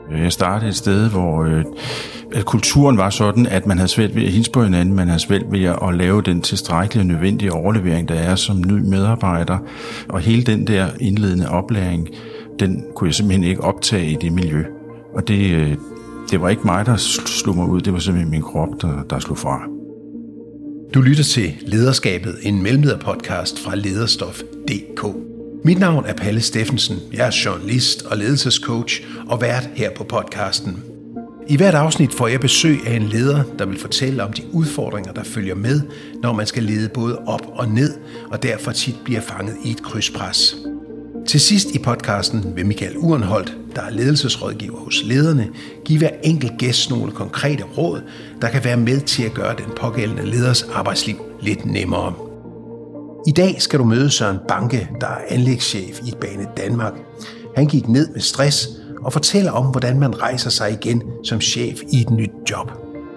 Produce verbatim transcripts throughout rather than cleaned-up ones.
Jeg startede et sted, hvor øh, kulturen var sådan, at man havde svært ved at hilse på hinanden, man havde svært ved at lave den tilstrækkelige og nødvendige overlevering, der er som ny medarbejder. Og hele den der indledende oplæring, den kunne jeg simpelthen ikke optage i det miljø. Og det, øh, det var ikke mig, der slog mig ud, det var simpelthen min krop, der, der slog fra. Du lytter til Lederskabet, en mellemlederpodcast fra lederstof punktum d k. Mit navn er Palle Steffensen, jeg er journalist og ledelsescoach og vært her på podcasten. I hvert afsnit får jeg besøg af en leder, der vil fortælle om de udfordringer, der følger med, når man skal lede både op og ned, og derfor tit bliver fanget i et krydspres. Til sidst i podcasten vil Michael Urenholdt, der er ledelsesrådgiver hos lederne, give hver enkelt gæst nogle konkrete råd, der kan være med til at gøre den pågældende leders arbejdsliv lidt nemmere. I dag skal du møde Søren Banke, der er anlægschef i Banedanmark. Han gik ned med stress og fortæller om, hvordan man rejser sig igen som chef i et nyt job.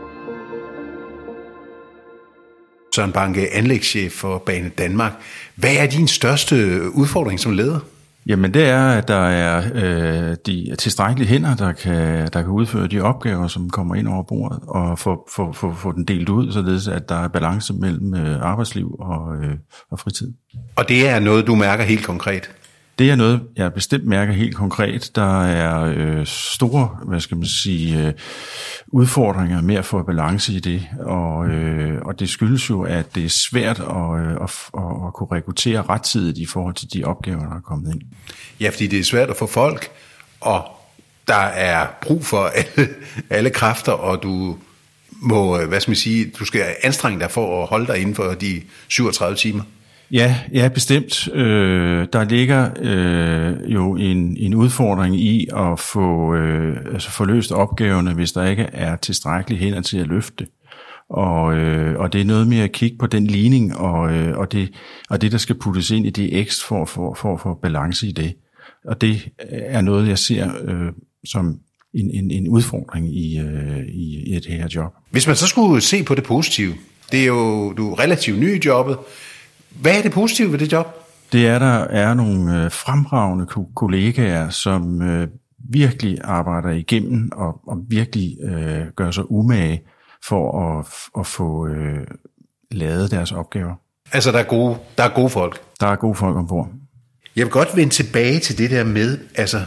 Søren Banke, anlægschef for Banedanmark. Hvad er din største udfordring som leder? Jamen det er, at der er øh, de tilstrækkelige hænder, der kan, der kan udføre de opgaver, som kommer ind over bordet, og få, få, få, få den delt ud, således at der er balance mellem øh, arbejdsliv og, øh, og fritid. Og det er noget, du mærker helt konkret? Det er noget, jeg bestemt mærker helt konkret. Der er øh, store, hvad skal man sige, øh, udfordringer med at få balance i det, og, øh, og det skyldes jo, at det er svært at, øh, at, at, at kunne rekruttere rettidigt i forhold til de opgaver, der er kommet ind. Ja, fordi det er svært at få folk, og der er brug for alle, alle kræfter, og du må, hvad skal man sige, du skal anstrenge dig for at holde dig inden for de syvogtredive timer. Ja, ja, bestemt. Øh, der ligger øh, jo en, en udfordring i at få, øh, altså få løst opgaverne, hvis der ikke er tilstrækkelige hænder til at løfte. Og, øh, og det er noget med at kigge på den ligning, og, øh, og, det, og det, der skal puttes ind i det ekstra for, for, for at få balance i det. Og det er noget, jeg ser øh, som en, en, en udfordring i, øh, i, i det her job. Hvis man så skulle se på det positive, det er jo, du er relativt ny i jobbet. Hvad er det positive ved det job? Det er, der er nogle øh, fremragende kollegaer, som øh, virkelig arbejder igennem og, og virkelig øh, gør sig umage for at, at få øh, lavet deres opgaver. Altså, der er gode, der er gode folk? Der er gode folk ombord. Jeg vil godt vende tilbage til det der med, altså,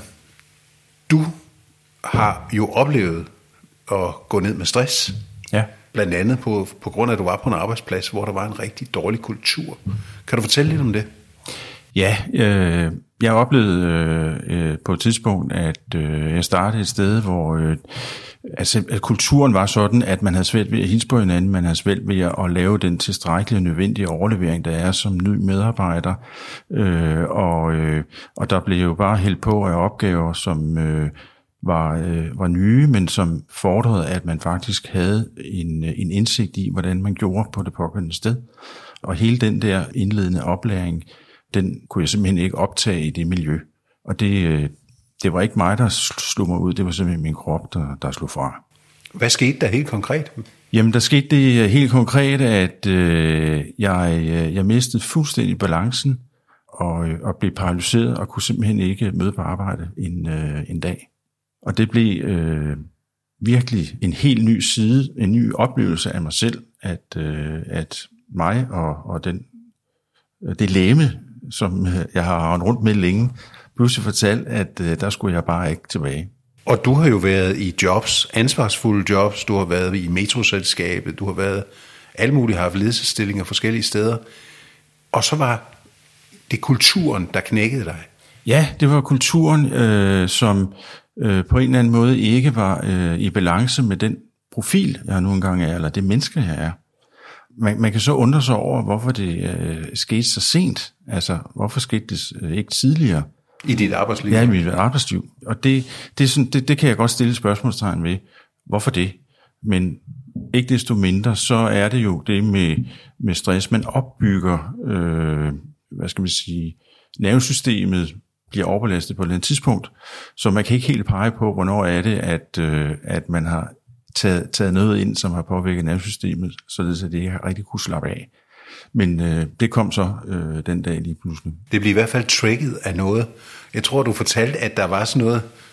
du har jo oplevet at gå ned med stress. Ja. Blandt andet på, på grund af, at du var på en arbejdsplads, hvor der var en rigtig dårlig kultur. Kan du fortælle lidt om det? Ja, øh, jeg oplevede øh, på et tidspunkt, at øh, jeg startede et sted, hvor øh, altså, at kulturen var sådan, at man havde svært ved at hilse på hinanden, man havde svært ved at lave den tilstrækkelige og nødvendige overlevering, der er som ny medarbejder. Øh, og, øh, og der blev jo bare hældt på af opgaver, som øh, var, øh, var nye, men som fordrede, at man faktisk havde en, en indsigt i, hvordan man gjorde på det pågældende sted. Og hele den der indledende oplæring, den kunne jeg simpelthen ikke optage i det miljø. Og det, øh, det var ikke mig, der slog mig ud, det var simpelthen min krop, der, der slog fra. Hvad skete der helt konkret? Jamen, der skete det helt konkret, at øh, jeg, jeg mistede fuldstændig balancen og, og blev paralyseret og kunne simpelthen ikke møde på arbejde en, øh, en dag. Og det blev øh, virkelig en helt ny side, en ny oplevelse af mig selv, at, øh, at mig og, og den, det læme, som jeg har rendt rundt med længe, pludselig fortalte, at øh, der skulle jeg bare ikke tilbage. Og du har jo været i jobs, ansvarsfulde jobs, du har været i metroselskabet, du har været alle mulige, har haft ledelsesstillinger forskellige steder, og så var det kulturen, der knækkede dig. Ja, det var kulturen, øh, som øh, på en eller anden måde ikke var øh, i balance med den profil, jeg nu engang er, eller det menneske, jeg er. Man, man kan så undre sig over, hvorfor det øh, skete så sent. Altså, hvorfor skete det øh, ikke tidligere? I dit arbejdsliv? Ja, i mit arbejdsliv. Og det, det, er sådan, det, det kan jeg godt stille spørgsmålstegn ved. Hvorfor det? Men ikke desto mindre, så er det jo det med, med stress. Man opbygger, øh, hvad skal man sige, nervesystemet bliver overbelastet på et eller andet tidspunkt, så man kan ikke helt pege på, hvornår er det, at, øh, at man har taget, taget noget ind, som har påvirket nervesystemet, således at det ikke har rigtig kunne slappe af. Men øh, det kom så øh, den dag lige pludselig. Det blev i hvert fald trigget af noget. Jeg tror, du fortalte, at der var sådan noget,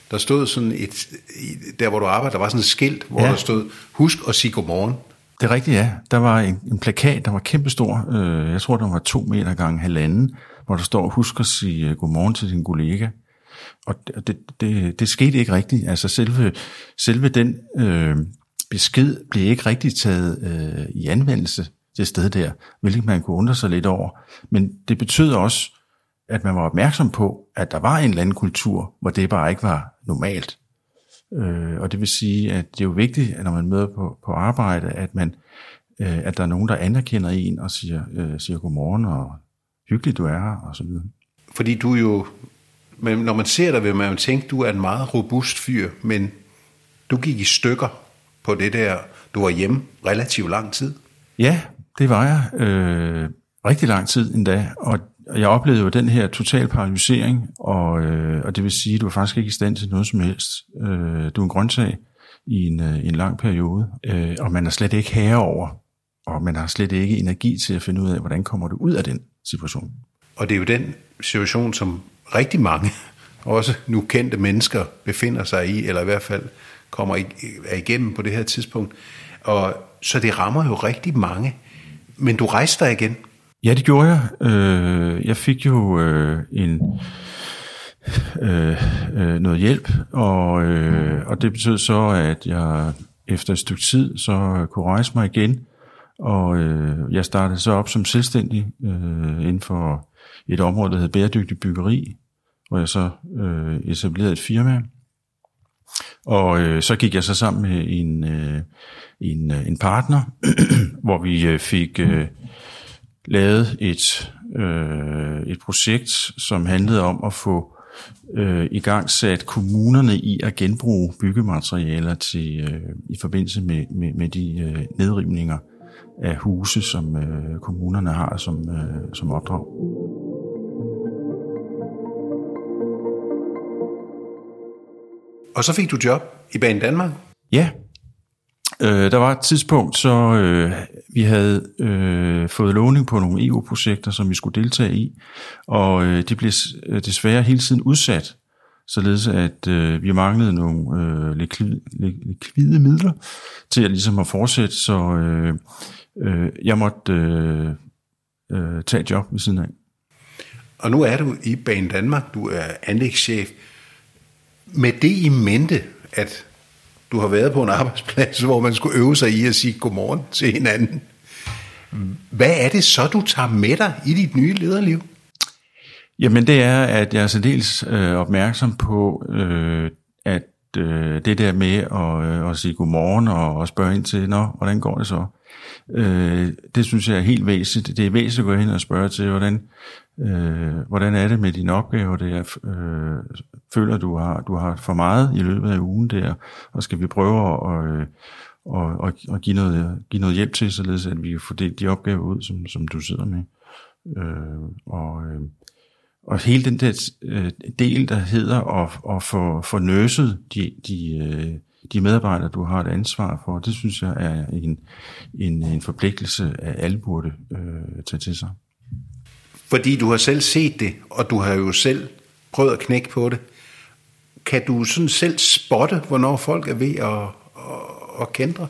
der stod sådan et, der hvor du arbejder, der var sådan et skilt, hvor ja. der stod, husk at sige godmorgen. Det er rigtigt, ja. Der var en, en plakat, der var kæmpestor. Øh, jeg tror, der var to meter gange halvanden, hvor der står, husk at sige godmorgen til din kollega. Og det, det, det skete ikke rigtigt. Altså selve, selve den øh, besked blev ikke rigtig taget øh, i anvendelse det sted der, hvilket man kunne undre sig lidt over. Men det betød også, at man var opmærksom på, at der var en eller anden kultur, hvor det bare ikke var normalt. Øh, og det vil sige, at det er jo vigtigt, at når man møder på, på arbejde, at, man, øh, at der er nogen, der anerkender en og siger, øh, siger godmorgen og hyggeligt du er her og så videre. Fordi du jo, men når man ser dig, vil man jo tænke, du er en meget robust fyr, men du gik i stykker på det der, du var hjemme relativt lang tid. Ja, det var jeg. Øh, rigtig lang tid endda, og jeg oplevede jo den her total paralysering, og, øh, og det vil sige, at du er faktisk ikke i stand til noget som helst. Øh, du er en grøntsag i en, øh, en lang periode, øh, og man er slet ikke herre over, og man har slet ikke energi til at finde ud af, hvordan kommer du ud af den situation. Og det er jo den situation, som rigtig mange, også nu kendte mennesker, befinder sig i, eller i hvert fald kommer er igennem på det her tidspunkt. Og så det rammer jo rigtig mange. Men du rejste dig igen. Ja, det gjorde jeg. Øh, jeg fik jo øh, en øh, øh, noget hjælp, og, øh, og det betød så, at jeg efter et stykke tid så kunne rejse mig igen, og øh, jeg startede så op som selvstændig øh, inden for et område, der hed bæredygtig byggeri, hvor jeg så øh, etablerede et firma. Og øh, så gik jeg så sammen med en, øh, en, en partner, hvor vi øh, fik øh, lavet et, øh, et projekt, som handlede om at få øh, i gang sat kommunerne i at genbruge byggematerialer til, øh, i forbindelse med, med, med de øh, nedrivninger af huse, som øh, kommunerne har som, øh, som opdrag. Og så fik du job i Banedanmark? Ja, øh, der var et tidspunkt, så øh, vi havde øh, fået lovning på nogle E U-projekter, som vi skulle deltage i, og øh, de blev desværre hele tiden udsat, således at øh, vi manglede nogle øh, likvide, likvide midler til at ligesom at fortsætte, så øh, øh, jeg måtte øh, øh, tage et job ved siden af. Og nu er du i Banedanmark, du er anlægschef. Med det i mente, at du har været på en arbejdsplads, hvor man skulle øve sig i at sige godmorgen til hinanden. Hvad er det så, du tager med dig i dit nye lederliv? Jamen det er, at jeg er særdeles øh, opmærksom på, øh, at øh, det der med at, øh, at sige godmorgen og, og spørge ind til, nå, hvordan går det så? Øh, det synes jeg er helt væsentligt. Det er væsentligt at gå hen og spørge til, hvordan, øh, hvordan er det med dine opgaver der? Øh, føler du har, du har for meget i løbet af ugen der, og skal vi prøve at, øh, at, at, at give, noget, give noget hjælp til, således at vi kan få de opgaver ud, som, som du sidder med. Øh, og, øh, og hele den der øh, del, der hedder at, at få, få nøset de, de, øh, de medarbejdere, du har et ansvar for, det synes jeg er en, en, en forpligtelse, at alle burde øh, tage til sig. Fordi du har selv set det, og du har jo selv prøvet at knække på det. Kan du sådan selv spotte, hvornår folk er ved at, at, at kendre?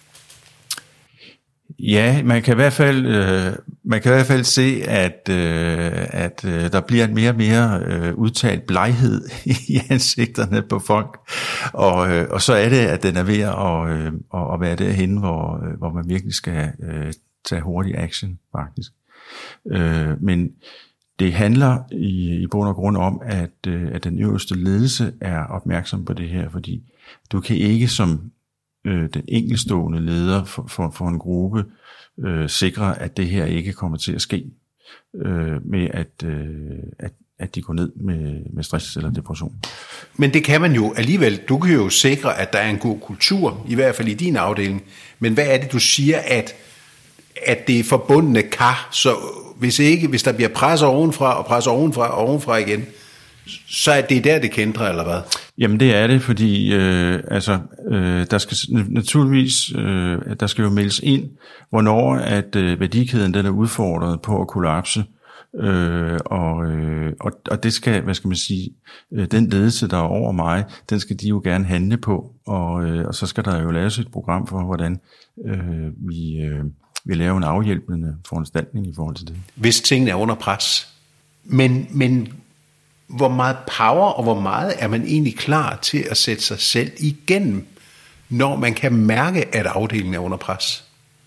Ja, man kan i hvert fald øh, man kan i hvert fald se, at øh, at øh, der bliver en mere og mere øh, udtalt bleghed i ansigterne på folk, og øh, og så er det, at den er ved at øh, at være derhen, hvor hvor man virkelig skal øh, tage hurtig action, faktisk. Øh, men det handler i, i bund og grund om, at, øh, at den øverste ledelse er opmærksom på det her, fordi du kan ikke som øh, den enkeltstående leder for, for, for en gruppe øh, sikre, at det her ikke kommer til at ske, øh, med at, øh, at, at de går ned med, med stress eller depression. Men det kan man jo alligevel. Du kan jo sikre, at der er en god kultur, i hvert fald i din afdeling. Men hvad er det, du siger, at, at det er forbundne kar, så hvis ikke, hvis der bliver pres ovenfra og pres ovenfra og ovenfra igen, så er det der, det kender, eller hvad? Jamen det er det, fordi øh, altså, øh, der skal naturligvis øh, der skal jo meldes ind, hvornår at øh, værdikæden den er udfordret på at kollapse, Øh, og, øh, og, og det skal, hvad skal man sige, øh, den ledelse, der er over mig, den skal de jo gerne handle på, og, øh, og så skal der jo laves et program for, hvordan øh, vi, øh, vi laver en afhjælpende foranstaltning i forhold til det. Hvis tingene er under pres. Men, men hvor meget power og hvor meget er man egentlig klar til at sætte sig selv igennem, når man kan mærke, at afdelingen er under pres?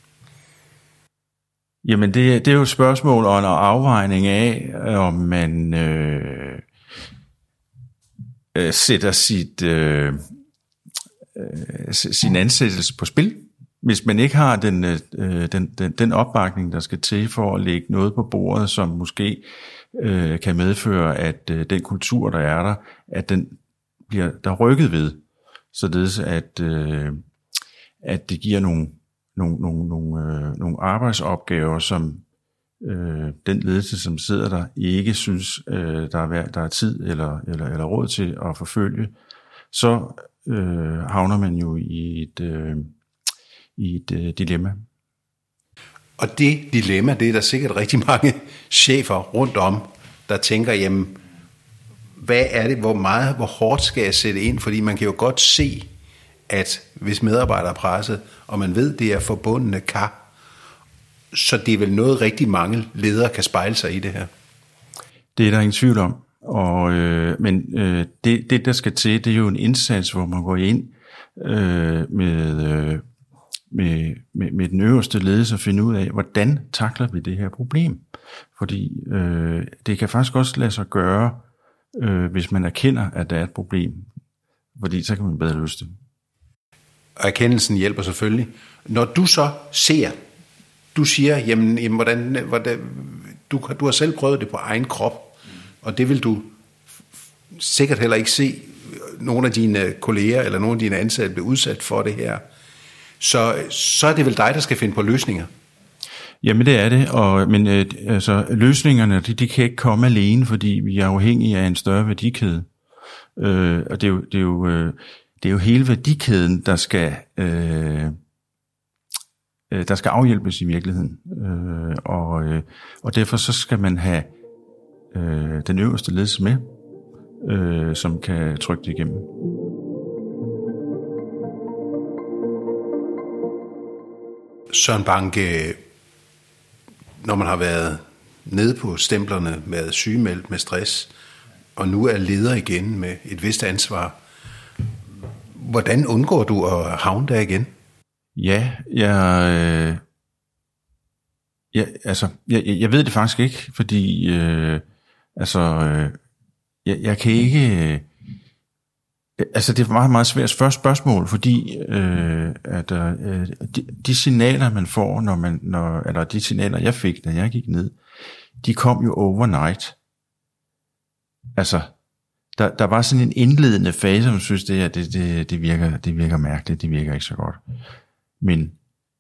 Jamen det, det er jo et spørgsmål og en afvejning af, om man øh, øh, sætter sit, øh, øh, sin ansættelse på spil. Hvis man ikke har den, øh, den, den, den opbakning, der skal til for at lægge noget på bordet, som måske øh, kan medføre, at øh, den kultur, der er der, at den bliver der rykket ved, således at, øh, at det giver nogle Nogle, nogle, nogle, øh, nogle arbejdsopgaver, som øh, den ledelse, som sidder der, ikke synes, øh, der, er, der er tid eller, eller, eller råd til at forfølge, så øh, havner man jo i et, øh, i et øh, dilemma. Og det dilemma, det er der sikkert rigtig mange chefer rundt om, der tænker, jamen, hvad er det, hvor meget, hvor hårdt skal jeg sætte ind? Fordi man kan jo godt se, at hvis medarbejdere er presset, og man ved, det er forbundne kar, så det er vel noget rigtig mange ledere kan spejle sig i det her. Det er der ingen tvivl om. Og, øh, men øh, det, det, der skal til, det er jo en indsats, hvor man går ind øh, med, øh, med, med, med den øverste ledelse og finder ud af, hvordan takler vi det her problem. Fordi øh, det kan faktisk også lade sig gøre, øh, hvis man erkender, at der er et problem. Fordi så kan man bedre løse det. Og erkendelsen hjælper selvfølgelig. Når du så ser, du siger, jamen, jamen hvordan, hvordan du, du har selv prøvet det på egen krop, og det vil du sikkert heller ikke se nogle af dine kolleger eller nogle af dine ansatte blive udsat for det her. Så, så er det vel dig, der skal finde på løsninger. Jamen det er det, og, men øh, altså, løsningerne de, de kan ikke komme alene, fordi vi er afhængige af en større værdikæde. Øh, og det er jo... Det er jo øh, Det er jo hele værdikæden, der skal, øh, der skal afhjælpes i virkeligheden. Øh, og, øh, og derfor så skal man have øh, den øverste ledelse med, øh, som kan trykke det igennem. Søren Banke, når man har været nede på stemplerne, været sygemeldt med stress, og nu er leder igen med et vist ansvar, hvordan undgår du at havne der igen? Ja, jeg, øh, ja, altså, jeg, jeg ved det faktisk ikke, fordi øh, altså, øh, jeg, jeg kan ikke, øh, altså det er et meget, meget svært første spørgsmål, fordi øh, at, øh, de, de signaler, man får, når man, når, eller de signaler, jeg fik, da jeg gik ned, de kom jo overnight. Altså, Der, der var sådan en indledende fase, som synes, det, at det, det, det, virker, det virker mærkeligt, det virker ikke så godt. Men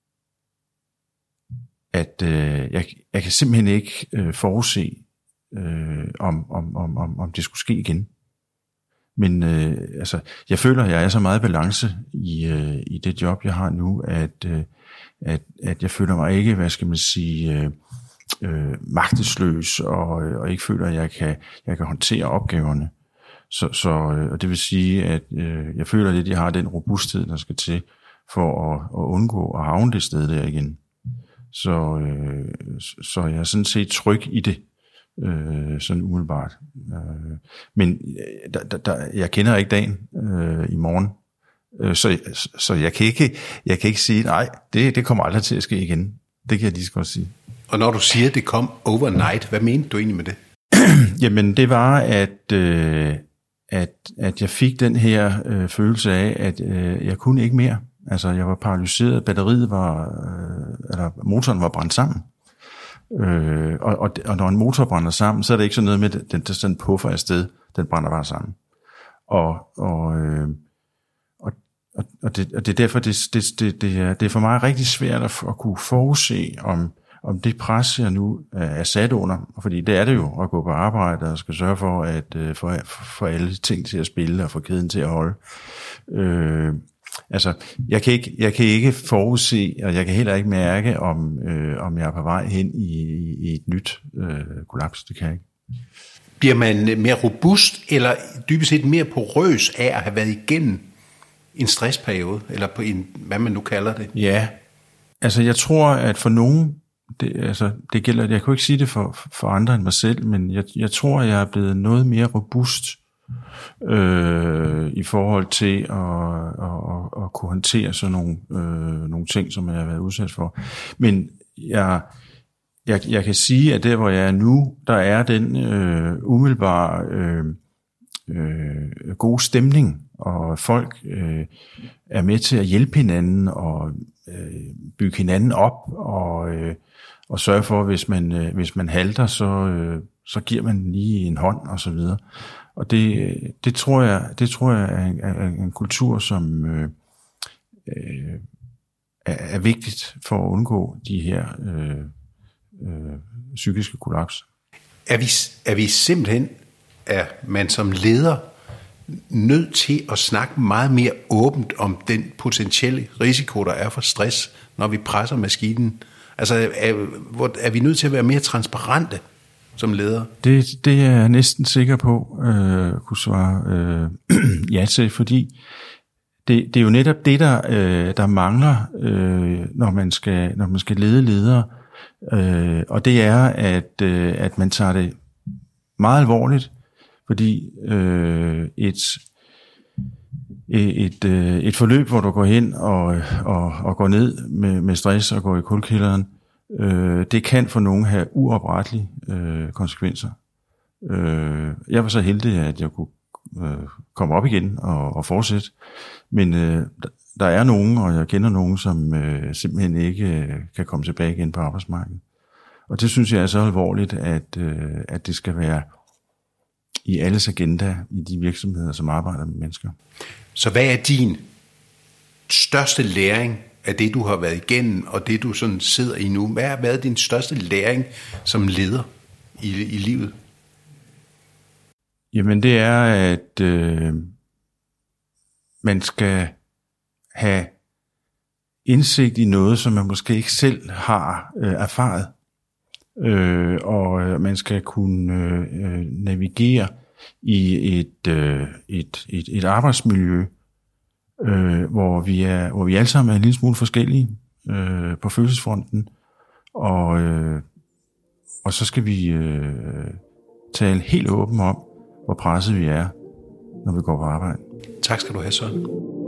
at øh, jeg, jeg kan simpelthen ikke øh, forudse, øh, om, om, om, om, om det skulle ske igen. Men øh, altså, jeg føler, at jeg er så meget balance i, øh, i det job, jeg har nu, at, øh, at, at jeg føler mig ikke, hvad skal man sige... Øh, øh, magtesløs, og, og ikke føler, at jeg kan, jeg kan håndtere opgaverne. Så, så og det vil sige, at øh, jeg føler lidt, at jeg har den robusthed, der skal til, for at, at undgå at havne det sted der igen. Så, øh, så jeg er sådan set tryg i det, øh, sådan umiddelbart. Øh, men der, der, der, jeg kender ikke dagen øh, i morgen, øh, så, så jeg, kan ikke, jeg kan ikke sige, nej, det, det kommer aldrig til at ske igen. Det kan jeg lige så godt sige. Og når du siger, at det kom overnight, hvad mente du egentlig med det? Jamen, det var, at, øh, at, at jeg fik den her øh, følelse af, at øh, jeg kunne ikke mere. Altså, jeg var paralyseret, batteriet var, øh, eller motoren var brændt sammen. Øh, og, og, og når en motor brænder sammen, så er det ikke sådan noget med, at den, den sådan puffer afsted, den brænder bare sammen. Og, og, øh, og, og, det, og det er derfor, det, det, det, det, er, det er for mig rigtig svært at, at kunne forudse, om om det pres, jeg nu er sat under, fordi det er det jo at gå på arbejde og skal sørge for at få for, for alle ting til at spille og få kæden til at holde. Øh, Altså, jeg kan ikke, jeg kan ikke forudse, og jeg kan heller ikke mærke, om, øh, om jeg er på vej hen i, i et nyt øh, kollaps. Det kan jeg ikke. Bliver man mere robust, eller dybest set mere porøs af at have været igennem en stressperiode, eller på en, hvad man nu kalder det? Ja, altså jeg tror, at for nogen, det, altså, det gælder, jeg kunne ikke sige det for, for andre end mig selv, men jeg, jeg tror, jeg er blevet noget mere robust øh, i forhold til at, at, at kunne håndtere sådan nogle, øh, nogle ting, som jeg har været udsat for. Men jeg, jeg, jeg kan sige, at der, hvor jeg er nu, der er den øh, umiddelbare øh, øh, gode stemning, og folk øh, er med til at hjælpe hinanden og øh, bygge hinanden op og, øh, og sørge for, hvis man, øh, hvis man halter, så, øh, så giver man lige en hånd og så videre. Og det, det, tror jeg, det tror jeg er en, er en kultur, som øh, øh, er, er vigtigt for at undgå de her øh, øh, psykiske kollaps. Er vi, er vi simpelthen, er man som leder nødt til at snakke meget mere åbent om den potentielle risiko, der er for stress, når vi presser maskinen? Altså, er, er vi nødt til at være mere transparente som leder? Det, det er jeg næsten sikker på, øh, kunne svare øh, ja til, fordi det, det er jo netop det, der, øh, der mangler, øh, når, man skal, når man skal lede ledere, øh, og det er, at, øh, at man tager det meget alvorligt, fordi øh, et, et, øh, et forløb, hvor du går hen og, og, og går ned med, med stress og går i kulkælderen, øh, det kan for nogen have uoprettelige øh, konsekvenser. Øh, jeg var så heldig, at jeg kunne øh, komme op igen og, og fortsætte, men øh, der er nogen, og jeg kender nogen, som øh, simpelthen ikke øh, kan komme tilbage igen på arbejdsmarkedet. Og det synes jeg er så alvorligt, at, øh, at det skal være i alles agenda i de virksomheder, som arbejder med mennesker. Så hvad er din største læring af det, du har været igennem, og det, du sådan sidder i nu? Hvad har været din største læring som leder i, i livet? Jamen det er, at øh, man skal have indsigt i noget, som man måske ikke selv har øh, erfaret. Øh, og man skal kunne øh, navigere i et, øh, et, et, et arbejdsmiljø, øh, hvor, vi er, hvor vi alle sammen er en lille smule forskellige øh, på følelsesfronten, og, øh, og så skal vi øh, tale helt åbent om, hvor presset vi er, når vi går på arbejde. Tak skal du have, Søren.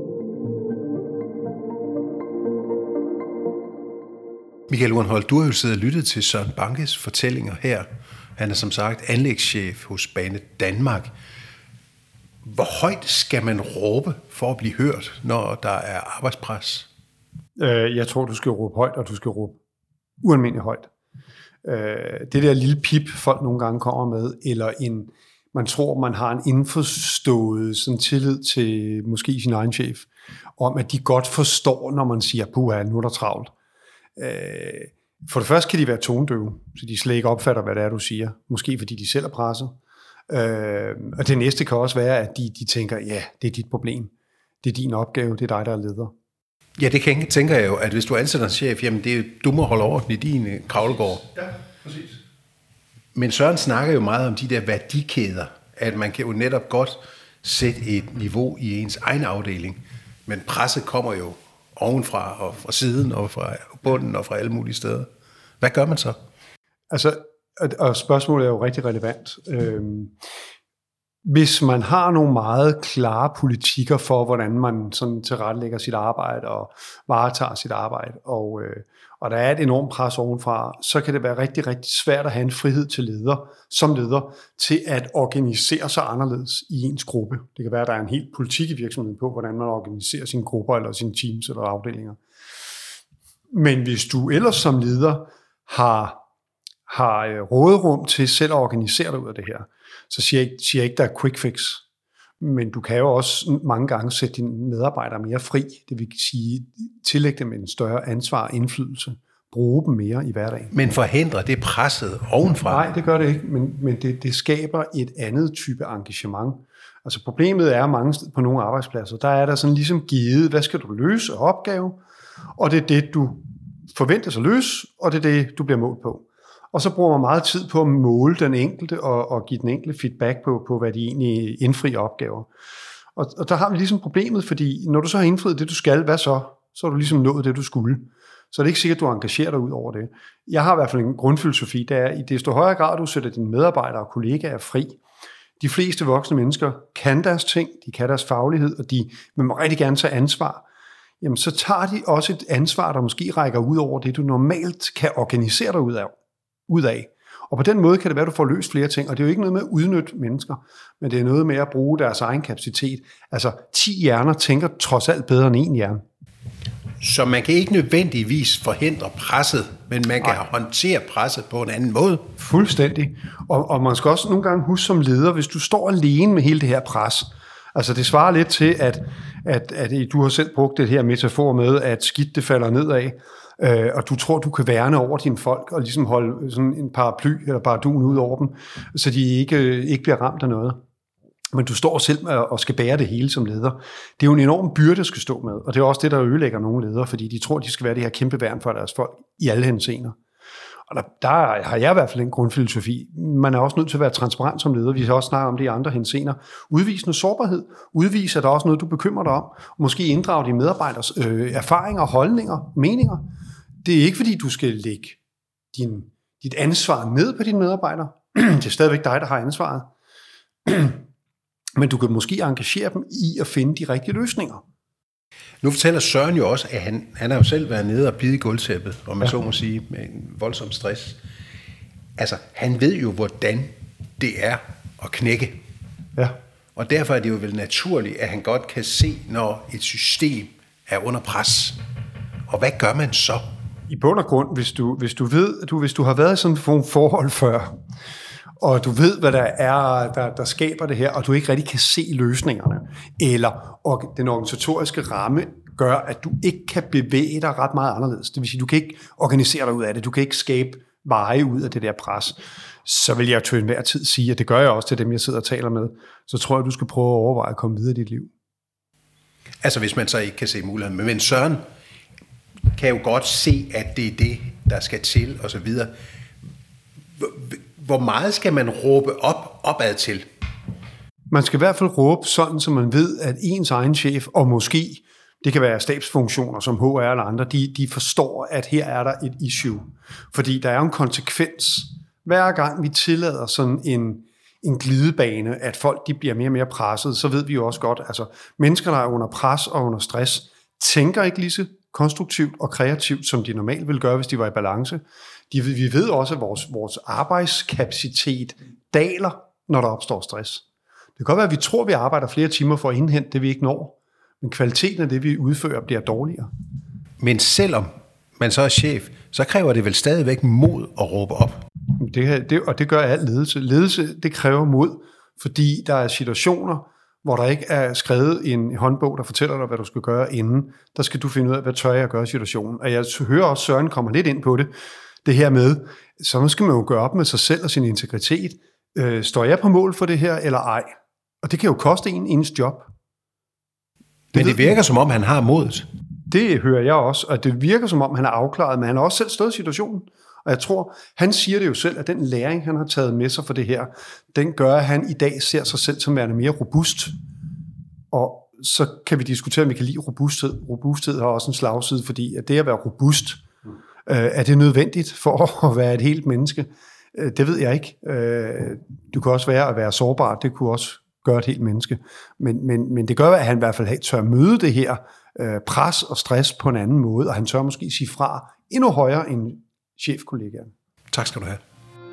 Michael Urenholt, du har jo siddet og lyttet til Søren Bankes fortællinger her. Han er som sagt anlægschef hos Bane Danmark. Hvor højt skal man råbe for at blive hørt, når der er arbejdspres? Jeg tror, du skal råbe højt, og du skal råbe ualmindeligt højt. Det der lille pip, folk nogle gange kommer med, eller en, man tror, man har en indforstået sådan tillid til måske sin egen chef, om at de godt forstår, når man siger, puha, nu er der travlt. For det første kan de være tonedøve, så de slet ikke opfatter, hvad det er, du siger. Måske fordi de selv er presset. Og det næste kan også være, at de, de tænker, ja, det er dit problem. Det er din opgave, det er dig, der er leder. Ja, det kan, tænker jeg jo, at hvis du ansætter en chef, jamen det er, du må holde orden i din kravlegård. Ja, præcis. Men Søren snakker jo meget om de der værdikæder, at man kan jo netop godt sætte et niveau i ens egen afdeling, men presset kommer jo ovenfra og fra siden og fra bunden og fra alle mulige steder. Hvad gør man så? Altså, og spørgsmålet er jo rigtig relevant. Øhm, hvis man har nogle meget klare politikker for, hvordan man sådan tilrettelægger sit arbejde og varetager sit arbejde, og, øh, og der er et enormt pres ovenfra, så kan det være rigtig, rigtig svært at have en frihed til leder, som leder, til at organisere sig anderledes i ens gruppe. Det kan være, at der er en helt politik i virksomheden på, hvordan man organiserer sine grupper, eller sine teams, eller afdelinger. Men hvis du ellers som leder har, har råderum til selv at organisere dig ud af det her, så siger jeg, ikke, siger jeg ikke, der er quick fix. Men du kan jo også mange gange sætte dine medarbejdere mere fri. Det vil sige, tillægge dem en større ansvar og indflydelse bruge dem mere i hverdagen. Men forhindrer det presset ovenfra? Nej, det gør det ikke, men, men det, det skaber et andet type engagement. Altså problemet er mange steder på nogle arbejdspladser, der er der sådan ligesom givet, hvad skal du løse af opgave, og det er det, du forventes at løse, og det er det, du bliver målt på. Og så bruger man meget tid på at måle den enkelte og, og give den enkelte feedback på, på, hvad de egentlig indfrier opgaver. Og, og der har vi ligesom problemet, fordi når du så har indfriet det, du skal, hvad så? Så har du ligesom nået det, du skulle. Så er det ikke sikkert, at du engagerer dig ud over det. Jeg har i hvert fald en grundfilosofi, der er, i desto højere grad du sætter dine medarbejdere og kollegaer fri. De fleste voksne mennesker kan deres ting, de kan deres faglighed, og de vil må rigtig gerne tage ansvar. Jamen, så tager de også et ansvar, der måske rækker ud over det, du normalt kan organisere dig ud af. ud af. Og på den måde kan det være, at du får løst flere ting, og det er jo ikke noget med at udnytte mennesker, men det er noget med at bruge deres egen kapacitet. Altså, ti hjerner tænker trods alt bedre end en hjerne. Så man kan ikke nødvendigvis forhindre presset, men man kan Ej. håndtere presset på en anden måde. Fuldstændig. Og, og man skal også nogle gange huske som leder, hvis du står alene med hele det her pres, altså det svarer lidt til, at, at, at du har selv brugt det her metafor med, at skidt det falder nedad, øh, og du tror, du kan værne over dine folk, og ligesom holde sådan en paraply eller paradun ud over dem, så de ikke, ikke bliver ramt af noget. Men du står selv og skal bære det hele som leder. Det er jo en enorm byrde, der skal stå med, og det er også det, der ødelægger nogle ledere, fordi de tror, de skal være det her kæmpe værn for deres folk i alle henseender. Og der, der har jeg i hvert fald en grundfilosofi. Man er også nødt til at være transparent som leder. Vi har også snakket om det i andre henseender. Udvis noget sårbarhed. Udvis, at der er også noget, du bekymrer dig om. Måske inddrage dine medarbejders øh, erfaringer, holdninger, meninger. Det er ikke, fordi du skal lægge din, dit ansvar ned på dine medarbejdere. Det er stadigvæk dig, der har ansvaret. Men du kan måske engagere dem i at finde de rigtige løsninger. Nu fortæller Søren jo også, at han, han har jo selv været nede og bidt i gulvtæppet, om man ja. så må sige, med en voldsom stress. Altså, han ved jo, hvordan det er at knække. Ja. Og derfor er det jo vel naturligt, at han godt kan se, når et system er under pres. Og hvad gør man så? I bund og grund, hvis du, hvis du ved, du, hvis du har været i sådan et forhold før, og du ved, hvad der er, der, der skaber det her, og du ikke rigtig kan se løsningerne, eller og den organisatoriske ramme gør, at du ikke kan bevæge dig ret meget anderledes. Det vil sige, du kan ikke organisere dig ud af det, du kan ikke skabe veje ud af det der pres. Så vil jeg til enhver tid sige, at det gør jeg også til dem, jeg sidder og taler med, så tror jeg, du skal prøve at overveje at komme videre i dit liv. Altså hvis man så ikke kan se muligheden. Men Søren kan jo godt se, at det er det, der skal til, og så videre. Hvor meget skal man råbe op, opad til? Man skal i hvert fald råbe sådan, så man ved, at ens egen chef, og måske, det kan være stabsfunktioner som H R eller andre, de, de forstår, at her er der et issue. Fordi der er en konsekvens. Hver gang vi tillader sådan en, en glidebane, at folk de bliver mere og mere presset, så ved vi jo også godt, altså mennesker, der er under pres og under stress, tænker ikke lige så konstruktivt og kreativt, som de normalt ville gøre, hvis de var i balance. De, vi ved også, at vores, vores arbejdskapacitet daler, når der opstår stress. Det kan godt være, at vi tror, at vi arbejder flere timer for at indhente det, vi ikke når, men kvaliteten af det, vi udfører, bliver dårligere. Men selvom man så er chef, så kræver det vel stadigvæk mod at råbe op? Det, det, og det gør al ledelse. Ledelse, det kræver mod, fordi der er situationer, hvor der ikke er skrevet en håndbog, der fortæller dig, hvad du skal gøre inden. Der skal du finde ud af, hvad tør jeg at gøre i situationen. Og jeg hører også, Søren kommer lidt ind på det, det her med, så skal man jo gøre op med sig selv og sin integritet. Øh, står jeg på mål for det her, eller ej? Og det kan jo koste en ens job. Det Men det virker man. Som om, han har modet. Det hører jeg også, og det virker som om, han er afklaret, men han har også selv stået i situationen. Og jeg tror, han siger det jo selv, at den læring, han har taget med sig for det her, den gør, at han i dag ser sig selv som værende mere robust. Og så kan vi diskutere, om vi kan lide robusthed. Robusthed har også en slagside, fordi at det at være robust, øh, er det nødvendigt for at være et helt menneske? Øh, det ved jeg ikke. Øh, du kan også være at være sårbar, det kunne også gøre et helt menneske. Men, men, men det gør, at han i hvert fald tør møde det her øh, pres og stress på en anden måde, og han tør måske sige fra endnu højere end chefkollegaen. Tak skal du have.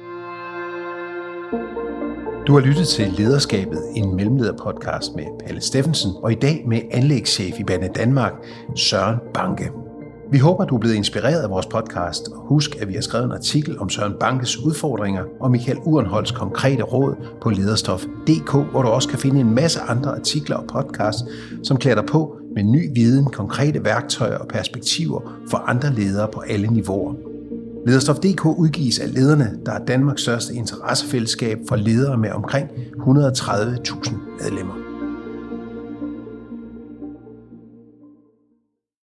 Du har lyttet til Lederskabet, en mellemlederpodcast med Palle Steffensen, og i dag med anlægschef i Banedanmark, Søren Banke. Vi håber, du er blevet inspireret af vores podcast, og husk, at vi har skrevet en artikel om Søren Bankes udfordringer og Michael Urenholts konkrete råd på lederstof punktum d k, hvor du også kan finde en masse andre artikler og podcasts, som klæder dig på med ny viden, konkrete værktøjer og perspektiver for andre ledere på alle niveauer. Lederstof punktum d k udgives af Lederne, der er Danmarks største interessefællesskab for ledere med omkring et hundrede og tredive tusind medlemmer.